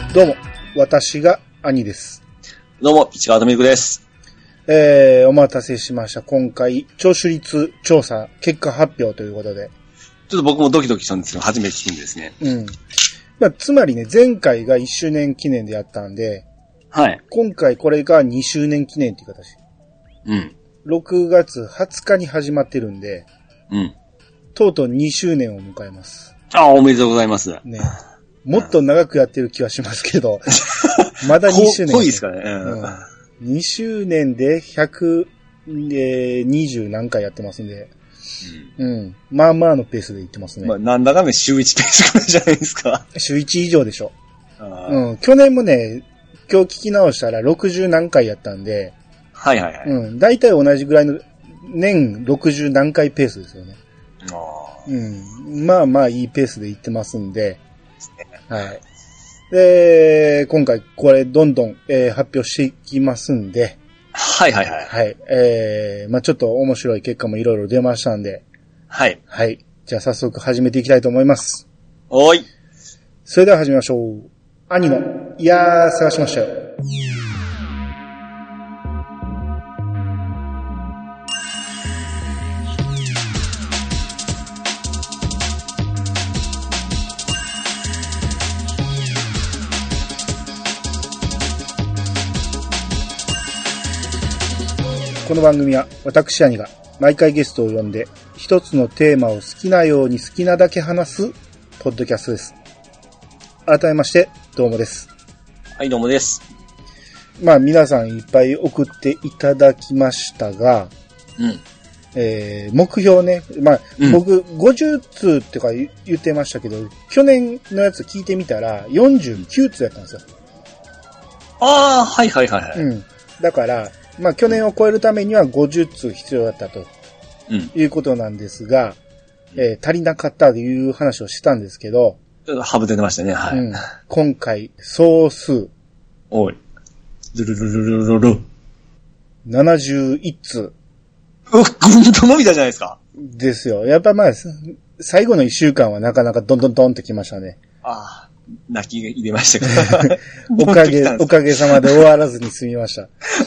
どうも、私が兄です。 どうも、市川とみるくです。 お待たせしました。今回、聴取率調査結果発表ということで。 ちょっと僕もドキドキしたんですけど、初めて聞くんですね。 うん。まあ、つまりね、前回が1周年記念でやったんで、 はい。 今回これが2周年記念っていう形。 うん。 6月20日に始まってるんで、 うん。 とうとう2周年を迎えます。 おめでとうございます。 ね。もっと長くやってる気はしますけど、まだ2周年。 濃いですかね。 2周年で120何回やってますんで、まあまあのペースでいってますね。 まあ、なんだかんだ週1ペースくらいじゃないですか。 週1以上でしょ。去年もね、今日聞き直したら60何回やったんで、 はいはいはい。 だいたい同じぐらいの年60何回ペースですよね。まあまあいいペースでいってますんで、はい。で、今回これどんどん、発表していきますんで。 はいはいはい。 はい。まあちょっと面白い結果もいろいろ出ましたんで。 はい。 はい。じゃあ早速始めていきたいと思います。 おい。 それでは始めましょう。兄の、いやー探しましたよ。この番組は私兄が毎回ゲストを呼んで一つのテーマを好きなように好きなだけ話すポッドキャストです。改めましてどうもです。 はい、どうもです。 まあ皆さんいっぱい送っていただきましたが、目標ね、まあ、僕50通ってか言ってましたけど、去年のやつ聞いてみたら49通やったんですよ。 はいはいはいはい。 だからまあ去年を超えるためには50通必要だったと、いうことなんですが、足りなかったという話をしたんですけど、 ちょっとハブ出てましたね、はい。 今回総数、 おい。ルルルルルルル。 71通。 ぐんと伸びたじゃないですか。 ですよ。やっぱまあ、最後の1週間はなかなかドンドンドンってきましたね。 泣き入れましたかおかげさまで終わらずに済みました。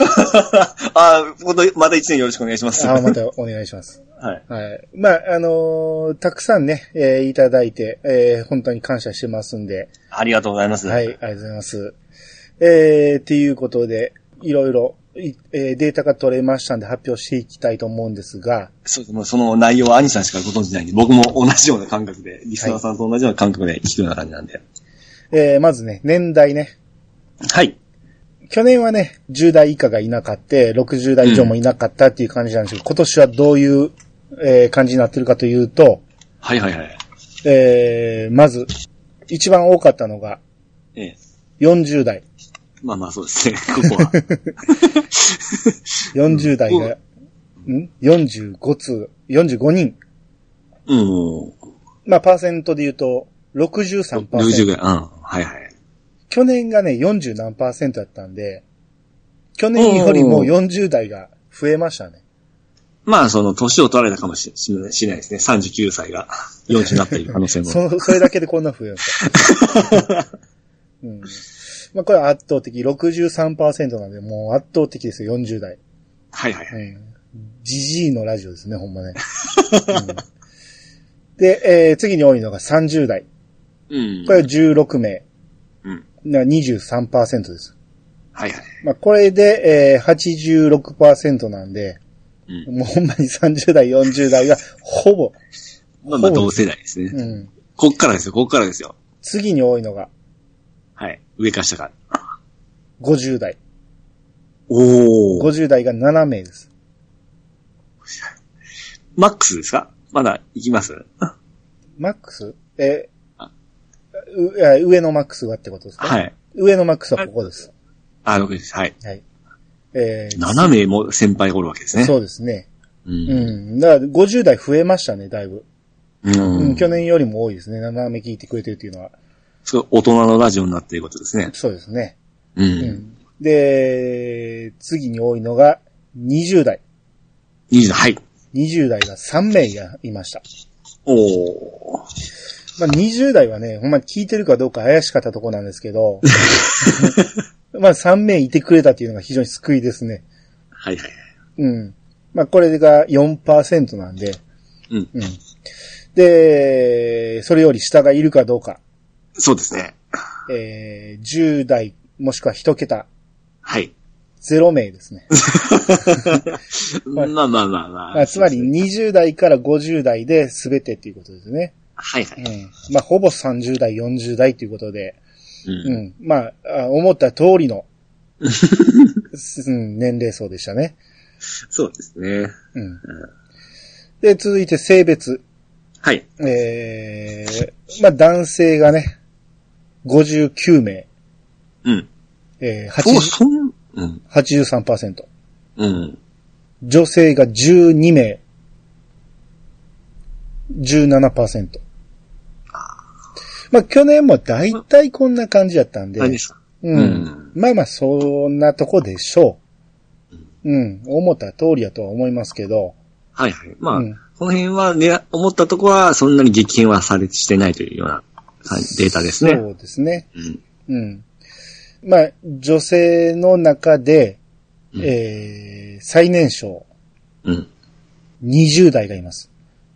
また1年よろしくお願いします。 またお願いします。 はい。 はい。まあ、たくさんね、いただいて、本当に感謝してますんで。 ありがとうございます。 はい、ありがとうございます。っていうことで、いろいろ、データが取れましたんで発表していきたいと思うんですが。 そうです。もうその内容は兄さんしかご存知ないんで、僕も同じような感覚で、リスナーさんと同じような感覚で聞くような感じなんで。 まずね、年代ね。 はい。 去年はね、10代以下がいなかった、60代以上もいなかったっていう感じなんですけど、今年はどういう、感じになってるかというと、 はいはいはい。 まず、一番多かったのが、40代。 まあまあそうですね、ここは。 40代が、45通、45人。まあ、パーセントで言うと、63%。 60ぐらい。はいはい。 去年がね、40何%だったんで、去年よりも40代が増えましたね。 まあ、年を取られたかもしれないですね。39歳が40になっている可能性も。 それだけでこんな増えるんですか。まあ、これは圧倒的、63% なんで、もう圧倒的ですよ、40代。 はいはいはい。 ジジイのラジオですね、ほんまね。で、次に多いのが30代。これは16名。23% です。 はいはい。 まあ、これで、86% なんで、もうほんまに30代、40代がほぼ。 まあ同世代ですね。こっからですよ。 次に多いのが。 はい。上か下か。 50代。 50 代が7名です。 マックスですか？まだ行きます？ マックス？上のマックスがってことですか？ はい。 上のマックスはここです。 6です。はい。 はい。 7名も先輩がおるわけですね。 そうですね。だから50代増えましたね、だいぶ。去年よりも多いですね。7名聞いてくれてるっていうのは。 すごい大人のラジオになっていることですね。 そうですね。で、次に多いのが20代。 20代、はい。 20代が3名がいました。 まあ、20代はね、ほんまに聞いてるかどうか怪しかったところなんですけど、まあ、3名いてくれたっていうのが非常に救いですね。 はいはいはい。 うん。まあ、これが 4% なんで、 うん。 うん。で、それより下がいるかどうか。 そうですね。 10代、もしくは1桁。 はい。 0名ですね。 まあまあまあまあ。 まあ、つまり20代から50代で全てっていうことですね。 はいはい。 うん。まあ、ほぼ30代、40代ということで、 うん。 うん。まあ、思った通りの、うん、年齢層でしたね。 そうですね。 うん。で、続いて性別。 はい。 まあ、男性がね、59名。 うん。うん。 83%。 うん。 女性が12名。17%。まあ、去年もだいたいこんな感じだったんで。 何ですか？ うん。まあまあ、そんなとこでしょう。うん。思った通りやとは思いますけど。 はいはい。まあ、この辺はね、思ったとこはそんなに激変はしてないというようなデータですね。 そうですね。うん。まあ、女性の中で、最年少。20代がいます。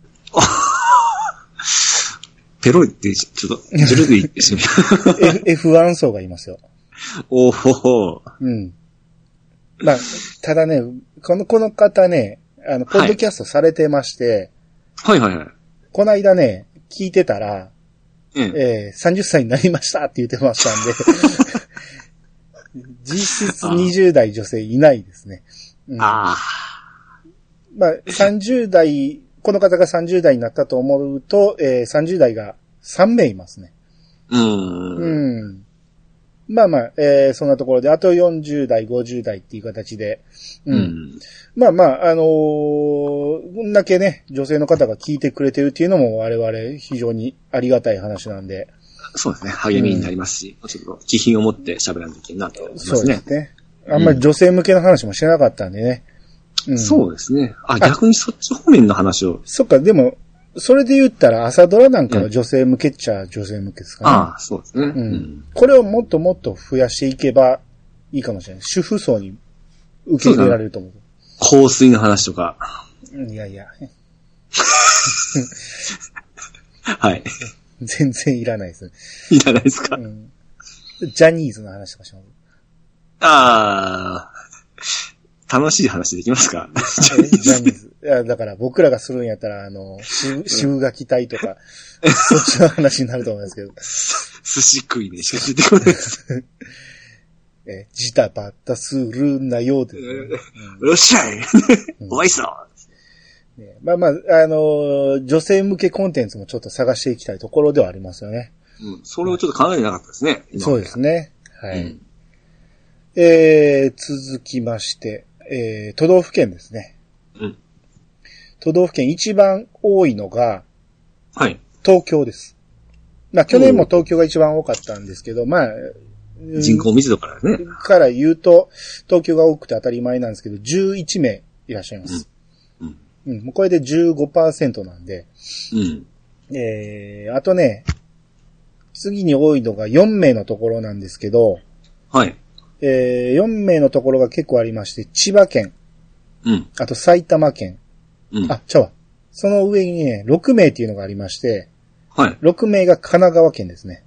ペロイってちょっと、ずるいってしまう。 F1 層がいますよ。 おほ。 うん。まあ、ただね、この方ね、ポッドキャストされてまして、 はいはいはい。 この間ね、聞いてたら、30歳になりましたって言ってましたんで、実質20代女性いないですね。まあ、30代、この方が30代になったと思うと、30代が3名いますね。まあまあ、そんなところで、あと40代、50代っていう形で、まあまあ、こんだけね、女性の方が聞いてくれてるっていうのも我々非常にありがたい話なんで。 そうですね。励みになりますし、ちょっと気品を持って喋らなきゃいけないなと思いますね。そうですね。 あんまり女性向けの話もしてなかったんでね。 そうですね。逆にそっち方面の話を。 そっか、でも、それで言ったら朝ドラなんかは女性向けっちゃ女性向けですかね。 そうですね。 これをもっともっと増やしていけばいいかもしれない。主婦層に受け入れられると思う。 香水の話とか。 いやいや。 はい。 全然いらないですね。 いらないですか、 ジャニーズの話とかします。 楽しい話できますかジャニーズ。いや、だから僕らがするんやったら、渋垣隊とか、そっちの話になると思いますけど。 寿司食いねしか出てこないです。 ジタバタするなようです、ね。 よっしゃいおいしそう。 まあまあ、女性向けコンテンツもちょっと探していきたいところではありますよね。 それをちょっと考えてなかったですね。 そうですね。はい。続きまして、都道府県ですね。都道府県一番多いのが、東京です。まあ去年も東京が一番多かったんですけど、まあ、 人口密度からね。 から言うと、東京が多くて当たり前なんですけど、11名いらっしゃいます。これで 15% なんで、あとね、次に多いのが4名のところなんですけど、4名のところが結構ありまして、千葉県、あと埼玉県、その上にね、6名っていうのがありまして、6名が神奈川県ですね。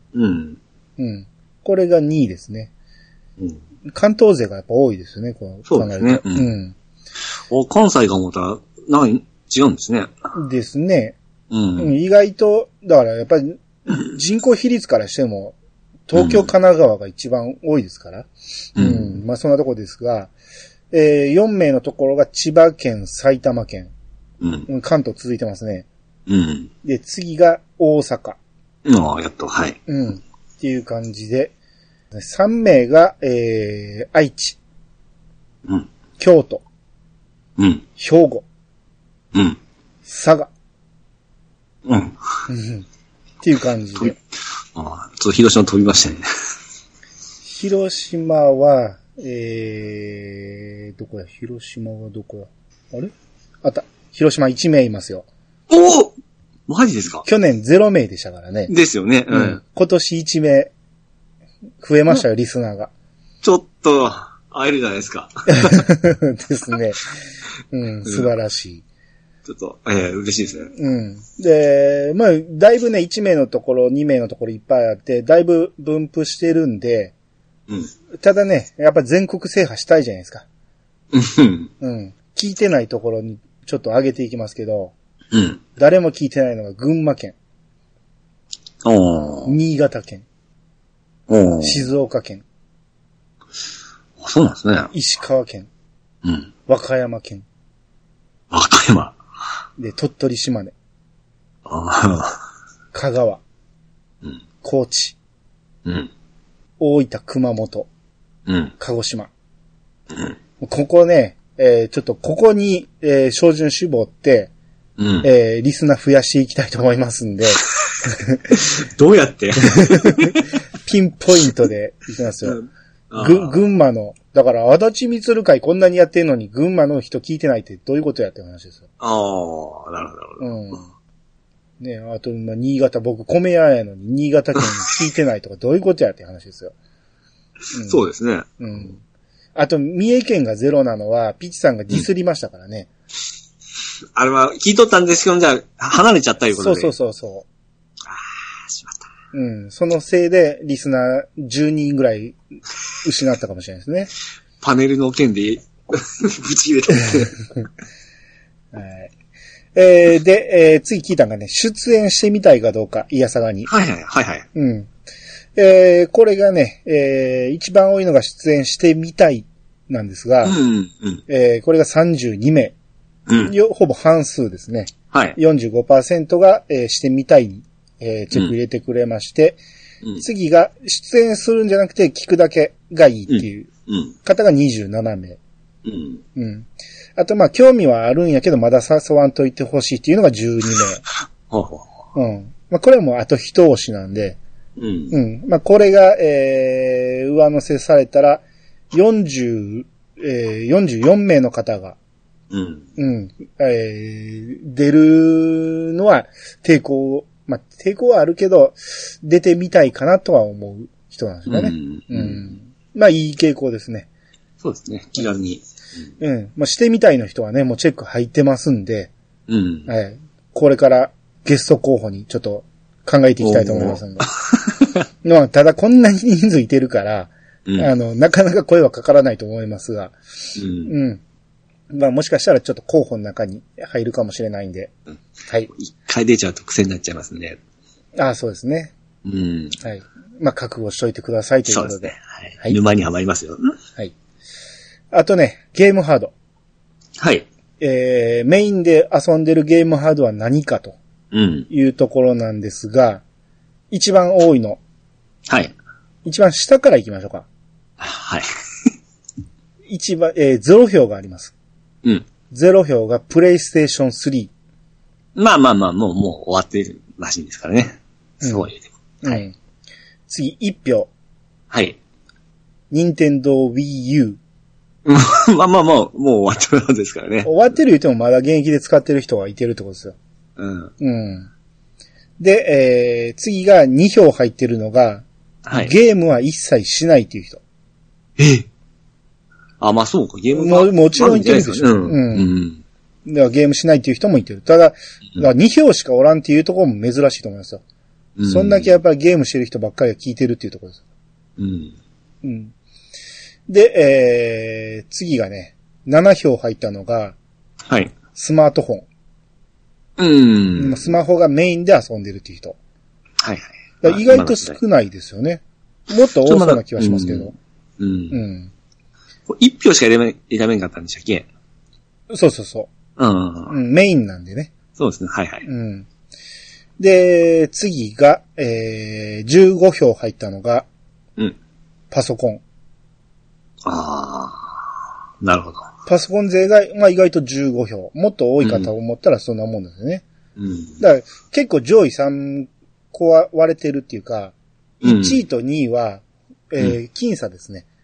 これが2位ですね。関東勢がやっぱ多いですよね、 そうですね。関西がまた、違うんですね。 ですね。意外と、だからやっぱり人口比率からしても、東京、神奈川が一番多いですから。まあそんなところですが、4名のところが千葉県、埼玉県。関東続いてますね。で、次が大阪。 やっと、はい。 っていう感じで、3名が、愛知。京都。兵庫。佐賀。っていう感じで。 ちょっと広島飛びましたね。 広島は、どこや広島はどこやあれあった。広島1名いますよ。 マジですか？ 去年0名でしたからね。 ですよね。うん。 今年1名、増えましたよ、リスナーが。 ちょっと、会えるじゃないですか。 ですね。素晴らしい。 ちょっと、嬉しいですね。 で、まあ、だいぶね、1名のところ、2名のところいっぱいあって、だいぶ分布してるんで、ただね、やっぱ全国制覇したいじゃないですか。聞いてないところにちょっと上げていきますけど、誰も聞いてないのが群馬県、新潟県、静岡県、 そうなんですね。 石川県、和歌山県、 和歌山。 で、鳥取島根、香川、高知、大分熊本、鹿児島。ここね、ちょっとここに、照準絞って、リスナー増やしていきたいと思いますんで。 どうやってピンポイントでいきますよ。群馬の、だから、足立みつる会こんなにやってんのに、群馬の人聞いてないってどういうことやって話ですよ。 ああ、なるほど。 ね、あと、新潟、僕、米屋やのに、新潟県聞いてないとか、どういうことやって話ですよ。 そうですね。 あと、三重県がゼロなのは、ピチさんがディスりましたからね。 あれは、聞いとったんですけど、じゃあ、離れちゃったいうことで。 そう。 ああ、しまった。 そのせいで、リスナー10人ぐらい失ったかもしれないですね。 パネルの件で、ぶち入れたんですね。 はい。で、次聞いたのがね、出演してみたいかどうか、いやさがに。 はい。 これがね、一番多いのが出演してみたいなんですが、これが32名。ほぼ半数ですね。 はい。 45% が、してみたいに、チェック入れてくれまして、次が出演するんじゃなくて聞くだけがいいっていう方が27名。あと、興味はあるんやけど、まだ誘わんといてほしいっていうのが12名。これもあと一押しなんで、これが、上乗せされたら、44名の方が、出るのは抵抗はあるけど、出てみたいかなとは思う人なんですよね。いい傾向ですね。 そうですね。気軽に。 してみたいの人はね、もうチェック入ってますんで、これからゲスト候補にちょっと考えていきたいと思いますんで。ただこんなに人数いてるから、なかなか声はかからないと思いますが、もしかしたらちょっと候補の中に入るかもしれないんで。はい。 一回出ちゃうと癖になっちゃいますね。 そうですね。はい。覚悟しといてくださいということで。 そうですね。はい。沼にはまりますよ。 はい。あとね、ゲームハード。 はい。 メインで遊んでるゲームハードは何かというところなんですが、一番多いの。 はい。 一番下から行きましょうか。 はい。 一番、0票があります。0票がプレイステーション3。 もう終わってるらしいんですからね。すごい。 はい。次、1票。 はい。 任天堂 Wii U。 もう終わってるはずですからね。 終わってる言ってもまだ現役で使ってる人がいてるってことですよ。で、次が2票入ってるのが、ゲームは一切しないっていう人。 そうか、ゲームもちろんいてるでしょ。だからゲームしないっていう人もいてる。ただ、2票しかおらんっていうところも珍しいと思いますよ。そんだけやっぱりゲームしてる人ばっかりが聞いてるっていうところです。で、次がね、7票入ったのが、スマートフォン。スマホがメインで遊んでるっていう人。意外と少ないですよね。もっと多そうな気はしますけど。 1票しか選べんかったんでしたっけ？ そう。メインなんでね。 そうですね。 で、次が、15票入ったのが、パソコン。 なるほど。 パソコン勢が、意外と15票。もっと多いかと思ったらそんなもんですね。だから結構上位3個は割れてるっていうか、1位と2位は、僅差ですね。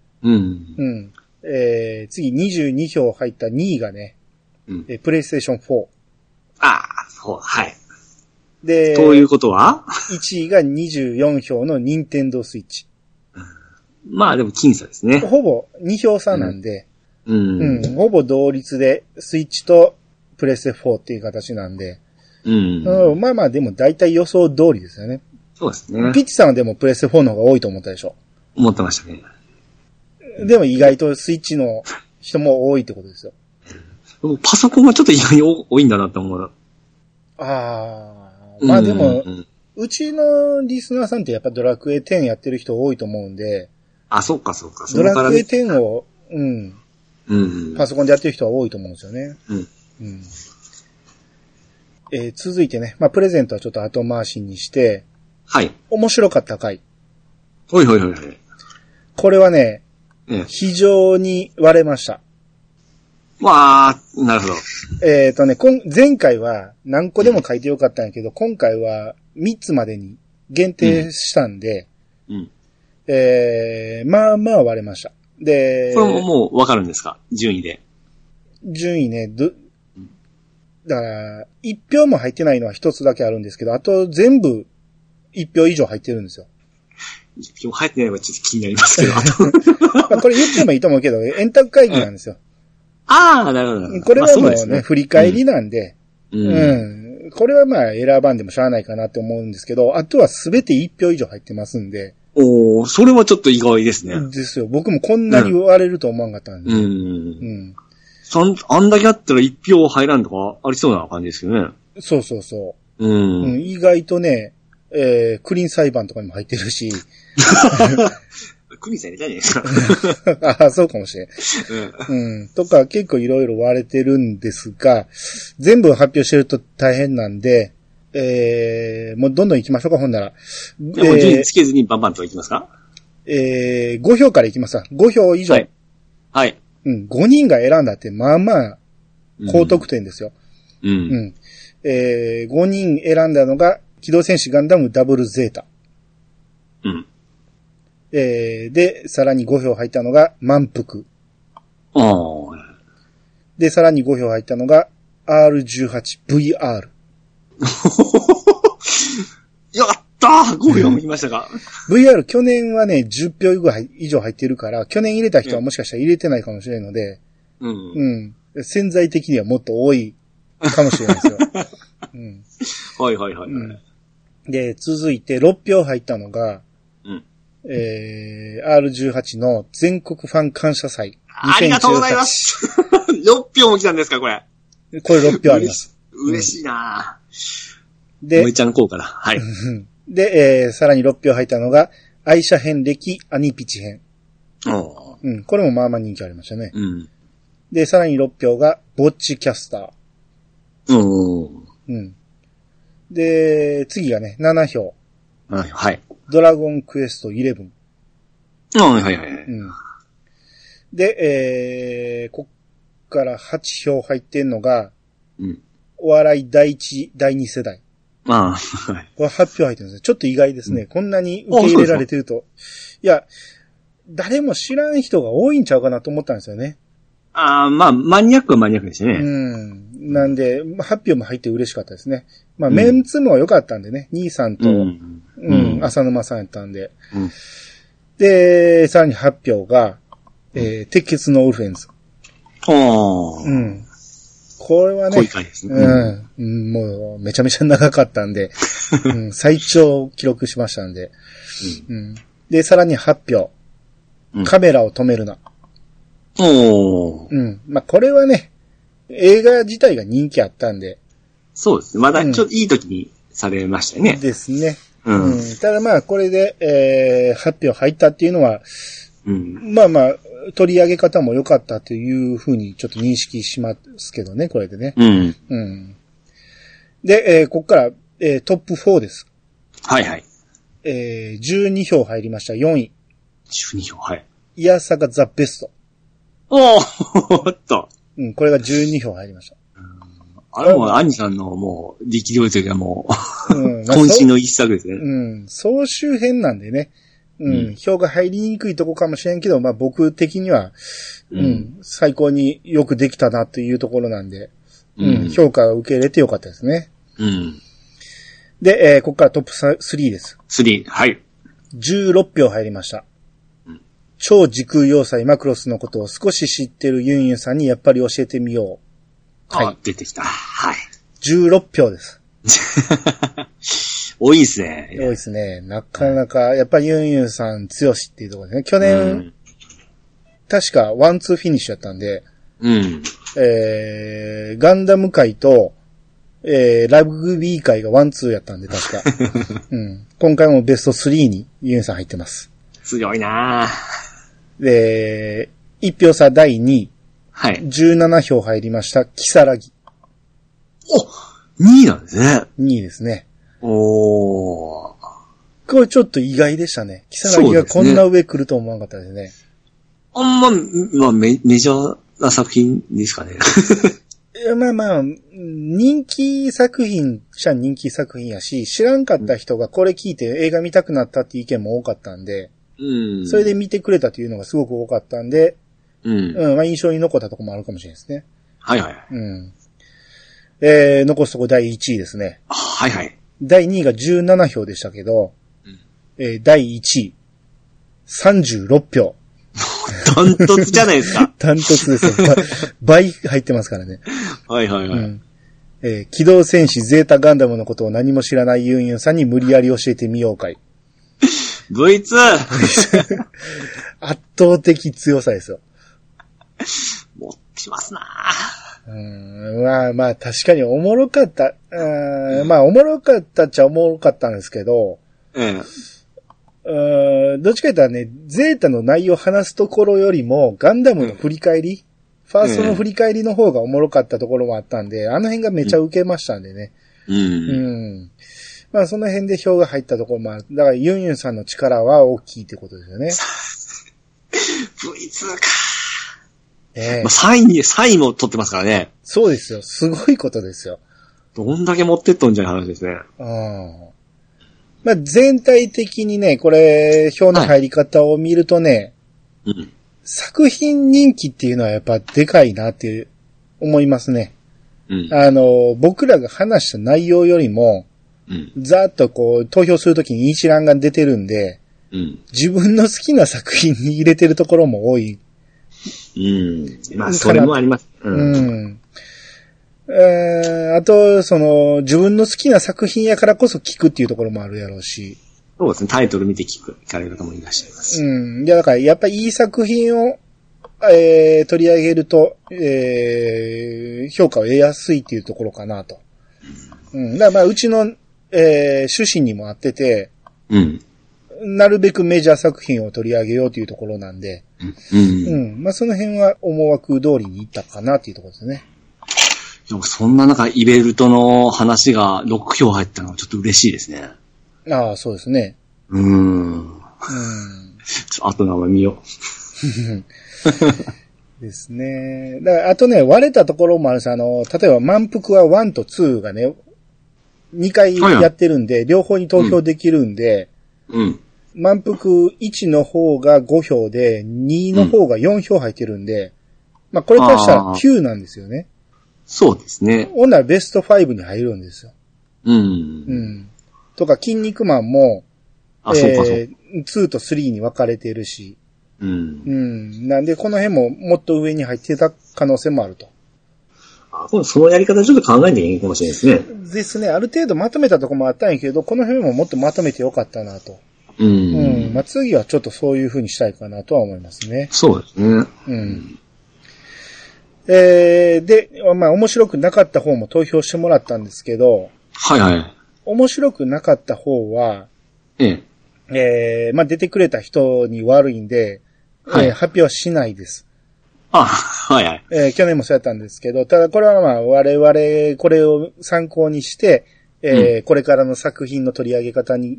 次22票入った2位がね、プレイステーション4。 そう、はい。 で、 ということは ?1 位が24票の任天堂スイッチ。 まあでも僅差ですね。 ほぼ2票差なんで、 うん。 ほぼ同率でスイッチとプレステ4っていう形なんで、まあまあでも大体予想通りですよね。 そうですね。 ピッチさんはでもプレステ4の方が多いと思ったでしょ。 思ってましたね。 でも意外とスイッチの人も多いってことですよ。 パソコンはちょっと意外に多いんだなって思う。 まあでも、うちのリスナーさんってやっぱドラクエ10やってる人多いと思うんで、 そうか。 ドラクエ10を、パソコンでやってる人は多いと思うんですよね。続いてね、まあプレゼントはちょっと後回しにして、 はい。 面白かった回。 はい。 これはね、非常に割れました。 まあ、なるほど。 前回は何個でも書いてよかったんやけど、今回は3つまでに限定したんで、まあまあ割れました。で、 これももうわかるんですか？順位で。 順位ね、だから、1票も入ってないのは1つだけあるんですけど、あと全部1票以上入ってるんですよ。 1票入ってないのはちょっと気になりますけど、 まあこれ言ってもいいと思うけど、円卓会議なんですよ。 なるほど。 これはもうね、振り返りなんで、これはまあ選ばんでもしゃあないかなって思うんですけど、あとはすべて1票以上入ってますんで。 それはちょっと意外ですね。 ですよ。僕もこんなに割れると思わなかったんで。 あんだけあったら1票入らんとかありそうな感じですけどね。 そう。意外とね、クリーン裁判とかにも入ってるし。 クリーンさん入れたんじゃないですか。そうかもしれん。とか結構いろいろ割れてるんですが、全部発表してると大変なんで、もうどんどん行きましょうか、ほんなら。 もう順位つけずにバンバンと行きますか ？5票から行きますか。5票以上。 はい。 5人が選んだって、まあまあ、高得点ですよ。5人選んだのが、機動戦士ガンダムダブルゼータ。で、さらに5票入ったのが、満腹。で、さらに5票入ったのが、R18VR。 やったー !5 票も来ましたか。 VR 去年はね、10票以上入ってるから、去年入れた人はもしかしたら入れてないかもしれないので、潜在的にはもっと多いかもしれないですよ。で、続いて6票入ったのが、R18 の全国ファン感謝祭。 ありがとうございます。6票も来たんですか、これ。 これ6票あります。 嬉しいなで、 萌ちゃん効果だ。はい。 で、さらに6票入ったのが、愛車遍歴アニピチ編。これもまあまあ人気ありましたね。で、さらに6票が、ぼっちキャスター。で、次がね、7票。 はい。 ドラゴンクエスト11。で、こっから8票入ってんのが、お笑い第1、第2世代。これ8票入ってるんですね。ちょっと意外ですね。こんなに受け入れられてると。いや、誰も知らん人が多いんちゃうかなと思ったんですよね。 まあ、マニアックはマニアックですね。 なんで、8票も入って嬉しかったですね。まあ、メンツも良かったんでね。兄さんと、浅沼さんやったんで。で、さらに8票が、鉄血のオルフェンズ。これはね、もうめちゃめちゃ長かったんで、最長記録しましたんで。で、さらに8票。カメラを止めるな。まあ、これはね、映画自体が人気あったんで。 そうですね。まだちょっといい時にされましたね。 ですね。ただまあ、これで、8票入ったっていうのは、まあまあ、取り上げ方も良かったというふうにちょっと認識しますけどね、これでね。で、こっから、トップ4です。12票入りました、4位。 12票、はい。 イヤサガザ・ベスト。 おっと。 これが12票入りました。 あれも、兄さんのもう、力量というかもう、渾身の一作ですね。 総集編なんでね。票が入りにくいとこかもしれんけど、まあ僕的には、最高によくできたなというところなんで、評価を受け入れてよかったですね。 で、ここからトップ3です。 3、はい。 16票入りました。超時空要塞マクロスのことを少し知ってるユンユンさんにやっぱり教えてみよう。 はい。出てきた。はい。 16票です。 多いですね。 多いですね。なかなか、やっぱりユンユンさん強しっていうところですね。去年、確かワンツーフィニッシュやったんで、ガンダム界と、ラグビー界がワンツーやったんで、確か。今回もベスト3にユンユンさん入ってます。 強いなぁ。 で、1票差第2位。 はい。 17票入りました、キサラギ。 お !2 位なんですね。 2位ですね。 おー。 これちょっと意外でしたね。キサラギがこんな上来ると思わなかったですね。 あんま、メジャーな作品ですかね。 まあ、人気作品やし、知らんかった人がこれ聞いて映画見たくなったっていう意見も多かったんで、それで見てくれたというのがすごく多かったんで、まあ印象に残ったところもあるかもしれないですね。 はいはい。 残すとこ第1位ですね。 はいはい。 第2位が17票でしたけど、第1位、36票。 ダントツじゃないですか。 ダントツですよ。倍入ってますからね。 はいはいはい。 機動戦士ゼータガンダムのことを何も知らないユンユンさんに無理やり教えてみようかい。 V2! 圧倒的強さですよ。 持ってますなまあ確かにおもろかった。まあおもろかったっちゃおもろかったんですけど、どっちか言ったらね、ゼータの内容を話すところよりも、ガンダムの振り返り、ファーストの振り返りの方がおもろかったところもあったんで、あの辺がめちゃ受けましたんでね。まあその辺で票が入ったところもある。だからユンユンさんの力は大きいってことですよね。 V2 か。3位も取ってますからね。 そうですよ。すごいことですよ。 どんだけ持ってっとんじゃい話ですね。 まあ、全体的にね、これ、票の入り方を見るとね、作品人気っていうのはやっぱでかいなって思いますね。僕らが話した内容よりも、ざーっとこう、投票するときに一覧が出てるんで、自分の好きな作品に入れてるところも多い。 まあ、それもあります。 あと、自分の好きな作品やからこそ聞くっていうところもあるやろうし。 そうですね。タイトル見て聞かれる方もいらっしゃいます。 いや、だから、やっぱりいい作品を、取り上げると、評価を得やすいっていうところかなと。だからまあ、うちの、趣旨にもあってて、なるべくメジャー作品を取り上げようというところなんで、まあ、その辺は思惑通りにいったかなっていうところですね。 でもそんな中、イベルトの話が6票入ったのはちょっと嬉しいですね。 ああ、そうですね。 あと名前見よう。ですね。だからあとね、割れたところもあるし、例えば満腹は1と2がね、2回やってるんで、両方に投票できるんで、満腹1の方が5票で、2の方が4票入ってるんで、まあこれからしたら9なんですよね。 そうですね。 ほんならベスト5に入るんですよ。とか、筋肉マンも、2と3に分かれているし、なんで、この辺ももっと上に入ってた可能性もあると。 そのやり方ちょっと考えていいかもしれないですね。 ですね。ある程度まとめたとこもあったんやけど、この辺ももっとまとめてよかったなと。まあ、次はちょっとそういう風にしたいかなとは思いますね。 そうですね。 で、まあ、面白くなかった方も投票してもらったんですけど、面白くなかった方は、まあ、出てくれた人に悪いんで、発表はしないです。去年もそうやったんですけど、ただこれはまあ、我々、これを参考にして、これからの作品の取り上げ方に、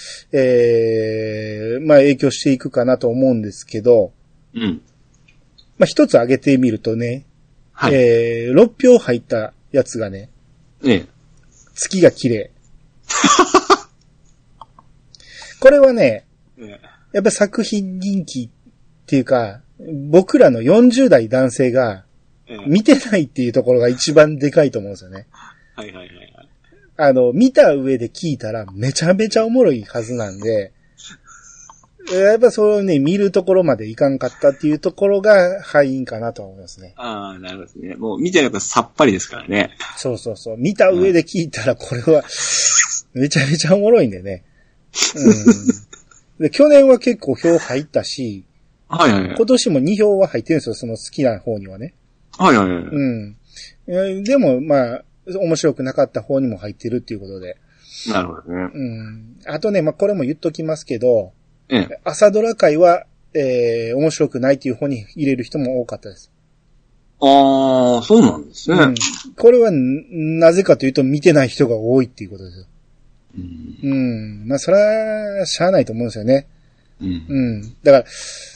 まあ、影響していくかなと思うんですけど、まあ、一つ挙げてみるとね、6票入ったやつがね、月が綺麗。これはね、やっぱ作品人気っていうか、僕らの40代男性が見てないっていうところが一番でかいと思うんですよね。 見た上で聞いたらめちゃめちゃおもろいはずなんで、やっぱそれをね、見るところまでいかんかったっていうところが敗因かなと思いますね。 ああ、なるほどですね。もう見てるとさっぱりですからね。 そうそうそう。見た上で聞いたらこれは、めちゃめちゃおもろいんでね。で去年は結構票入ったし、 はいはいはい。 今年も2票は入ってるんですよ、その好きな方にはね。 はいはいはい。 でも、まあ、面白くなかった方にも入ってるっていうことで。 なるほどね。 あとね、まあ、これも言っときますけど、 ええ。 朝ドラ界は、面白くないっていう方に入れる人も多かったです。 ああ、そうなんですね。 これはなぜかというと見てない人が多いっていうことですよ。まあ、それは、しゃあないと思うんですよね。だから、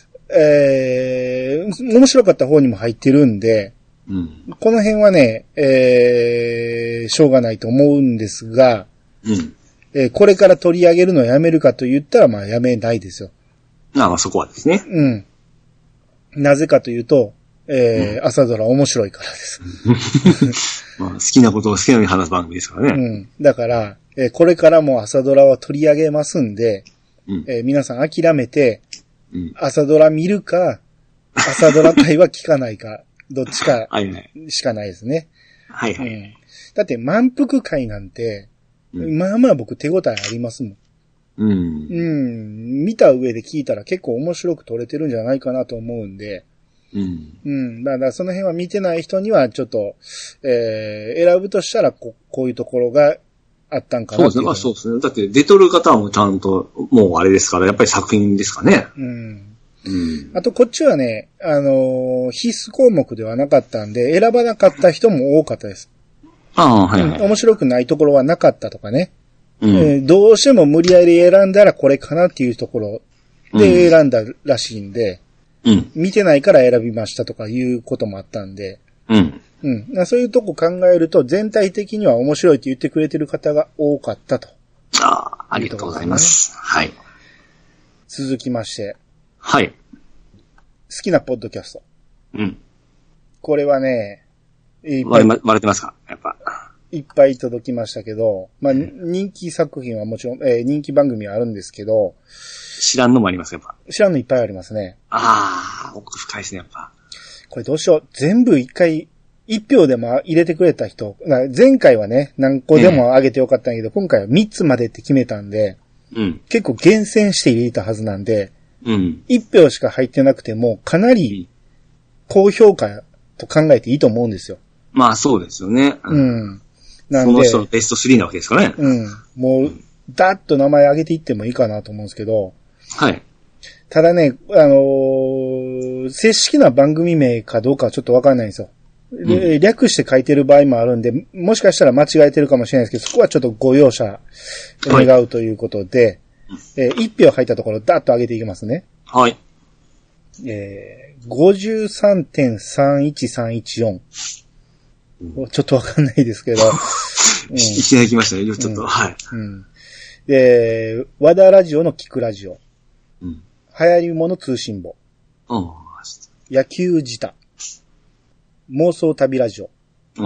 面白かった方にも入ってるんで、この辺はね、しょうがないと思うんですが、これから取り上げるのをやめるかと言ったら、まあやめないですよ。 まあそこはですね。 なぜかというと、朝ドラ面白いからです。 まあ、好きなことを好きなように話す番組ですからね。 だから、これからも朝ドラは取り上げますんで、皆さん諦めて、朝ドラ見るか、朝ドラ会は聞かないか、どっちかしかないですね。だって満腹会なんて、まあまあ僕手応えありますもん。見た上で聞いたら結構面白く撮れてるんじゃないかなと思うんで、だからその辺は見てない人にはちょっと、選ぶとしたらこういうところがあったんかなっていう。 そうですね。そうですね。だって出とる方もちゃんと、もうあれですから、やっぱり作品ですかね。あとこっちはね、必須項目ではなかったんで、選ばなかった人も多かったです。面白くないところはなかったとかね。どうしても無理やり選んだらこれかなっていうところで選んだらしいんで、見てないから選びましたとかいうこともあったんで、そういうとこ考えると全体的には面白いって言ってくれてる方が多かったと。 ありがとうございます。はい。 続きまして。 はい。 好きなポッドキャスト。これはね、 割れてますかやっぱ。 いっぱい届きましたけど、まあ、人気作品はもちろん、人気番組はあるんですけど、 知らんのもありますやっぱ。 知らんのいっぱいありますね。 奥深いですね、やっぱ。 これどうしよう。全部一回、一票でも入れてくれた人、前回はね、何個でも上げてよかったんだけど、今回は3つまでって決めたんで、結構厳選して入れたはずなんで、1票しか入ってなくても、かなり高評価と考えていいと思うんですよ。 まあそうですよね。 なんで、 その人のベスト3なわけですからね。 もう、ダッと名前上げていってもいいかなと思うんですけど、ただね、正式な番組名かどうかはちょっとわかんないんですよ。略して書いてる場合もあるんで、もしかしたら間違えてるかもしれないですけど、そこはちょっとご容赦願うということで、1票入ったところダッと上げていきますね。53.31314。ちょっとわかんないですけど。 いきなり来ましたね、ちょっと。 で、和田ラジオの聞くラジオ。流行り物通信簿。野球自他。妄想旅ラジオ。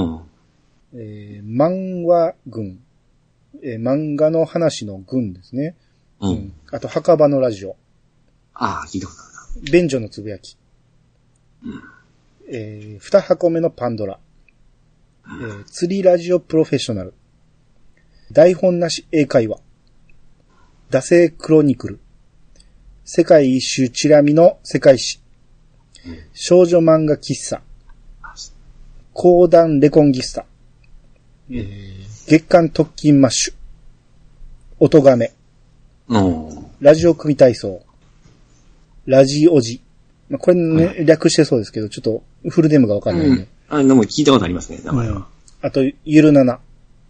漫画群。漫画の話の群ですね。あと、墓場のラジオ。 聞いたことあるな。便所のつぶやき。2箱目のパンドラ。釣りラジオプロフェッショナル。台本なし英会話。惰性クロニクル。世界一周チラ見の世界史。少女漫画喫茶。講談レコンギスタ。月刊特勤マッシュ。音亀。ラジオ組体操。ラジオジ。これね、略してそうですけど、ちょっとフルネームがわかんないんで。 でも聞いたことありますね、名前は。 あと、ゆるなな。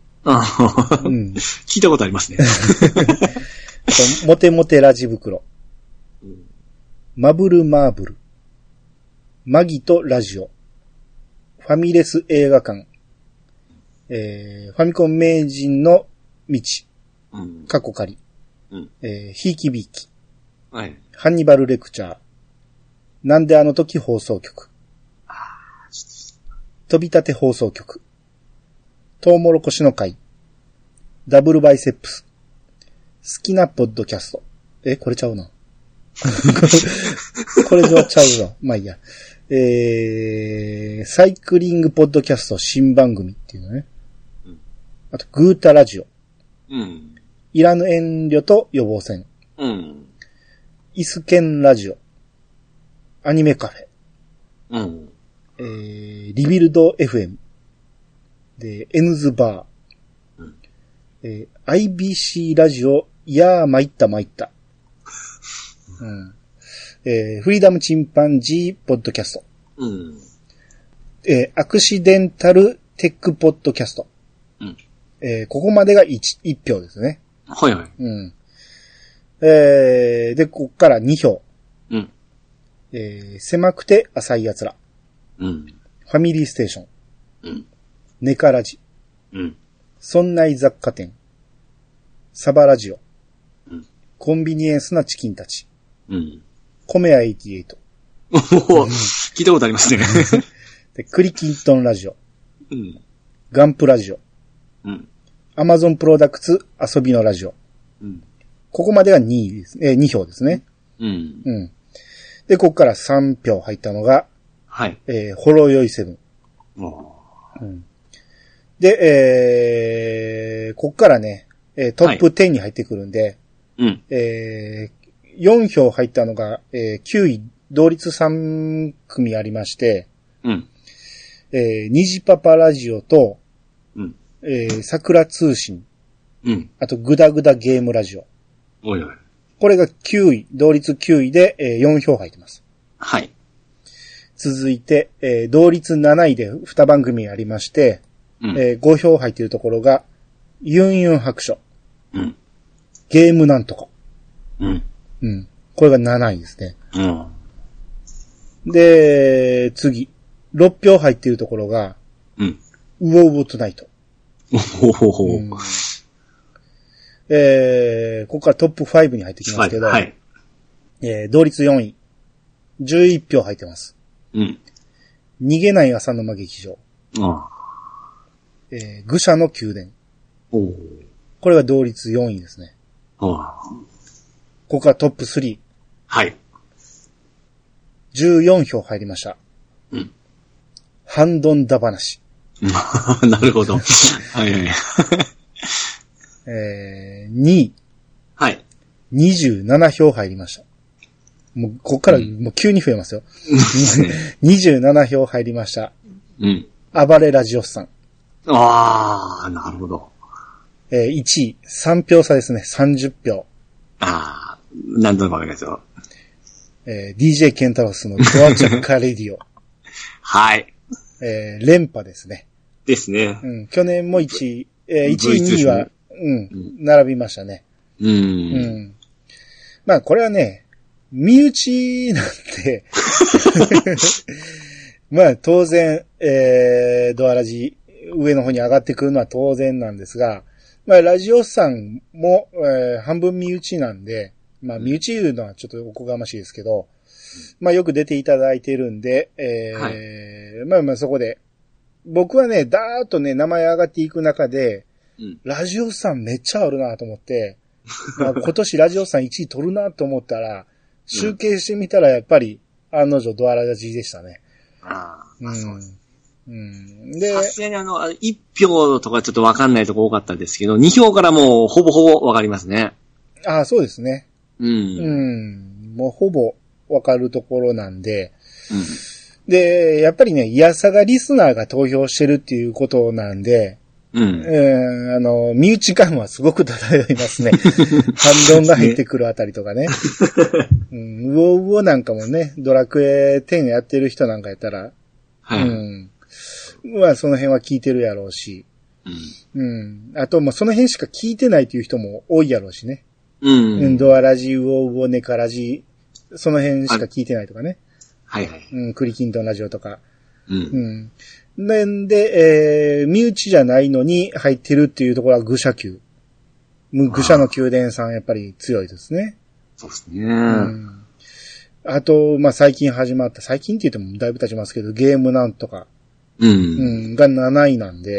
聞いたことありますね。 モテモテラジ袋。マブルマーブル。マギとラジオ。ファミレス映画館。ファミコン名人の道。過去仮。ひいきびいき。ハンニバルレクチャー。なんであの時放送局。飛び立て放送局。トウモロコシの会。 ダブルバイセップス。好きなポッドキャスト。これちゃうな。これはちゃうわ。まあいいや。サイクリングポッドキャスト新番組っていうのね。うん、あと、グータラジオ。うん。いらぬ遠慮と予防線。うん。イスケンラジオ。アニメカフェ。うん。リビルド FM。で、エヌズバー。うん。IBC ラジオ、いやー参った参った。うん。フリーダムチンパンジーポッドキャスト。うん。アクシデンタルテックポッドキャスト。うん。ここまでが1票ですね。 はいはい。 うん。で、こっから2票。うん。狭くて浅い奴ら。うん。ファミリーステーション。うん。ネカラジ。うん。そんない雑貨店。サバラジオ。うん。コンビニエンスなチキンたち。うん。コメア88。 おお、聞いたことありますね。 で、クリキントンラジオ。うん。ガンプラジオ。うん。アマゾンプロダクツ遊びのラジオ。うん。ここまでが2位です。2票ですね。うん。うん。で、ここから3票入ったのが、はい。ホロヨイセブン。うん。で、ここからね、トップ10に入ってくるんで、はい、4票入ったのが、9位、同率3組ありまして、うん。虹パパラジオと、うん。桜通信。うん。あと、グダグダゲームラジオ。 おいおい。 これが9位、同率9位で、4票入ってます。 はい。 続いて、同率7位で2番組ありまして、うん。5票入っているところが、ユンユン白書。うん。ゲームなんとか。うん。うん。これが7位ですね。うん。で、次。6票入っているところが、うん。ウォウウォトナイト。おほほ。うん、ここからトップ5に入ってきますけど、はい。同率4位。11票入ってます。うん。逃げない浅沼劇場。ああ。愚者の宮殿。おこれが同率4位ですね。ああ。ここからトップ3。はい。14票入りました。うん。ハンドンダ話。 なるほど。はいはい。 2位。はい。27票入りました。もう、ここからもう急に増えますよ。27票入りました。うん。暴れラジオスさん。 ああ、なるほど。 1位、3票差ですね。30票。 ああ、なんとなくわかりますよ。 DJ ケンタロスのドアチャッカレディオ。 はい。 連覇ですね。 ですね。 うん。去年も1位、1位、2位は、うん、並びましたね。うん。まあ、これはね、身内なんて、まあ、当然、ドアラジ、上の方に上がってくるのは当然なんですが、まあ、ラジオさんも、半分身内なんで、まあ、身内言うのはちょっとおこがましいですけど、まあ、よく出ていただいてるんで、はい、まあまあそこで、僕はね、だーっとね、名前上がっていく中で、うん、ラジオさんめっちゃあるなと思って、まあ、今年ラジオさん1位取るなと思ったら、集計してみたらやっぱり、案の定ドアラジでしたね。 ああ、まあそうです。 うん。で、 さすがに1票とかちょっとわかんないとこ多かったですけど、2票からもうほぼほぼわかりますね。 ああ、そうですね。うん。もうほぼわかるところなんで、うん、で、やっぱりね、イヤサガリスナーが投票してるっていうことなんで、うん。身内感はすごく漂いますね。反論が入ってくるあたりとかね。うん、ウオウオなんかもね、ドラクエ10やってる人なんかやったら、はい。うん。まあ、その辺は聞いてるやろうし。うん。うん。あと、もうその辺しか聞いてないという人も多いやろうしね。うん。ドアラジ、ウオウオ、ネカラジ、その辺しか聞いてないとかね。はいはい。うん、クリキントンラジオとか。うん。なんで、身内じゃないのに入ってるっていうところは愚者級。愚者の宮殿さんやっぱり強いですね。 そうですね。うん。 あと、まあ、最近始まった、最近って言ってもだいぶ経ちますけど、ゲームなんとか。うん。うん、が7位なんで。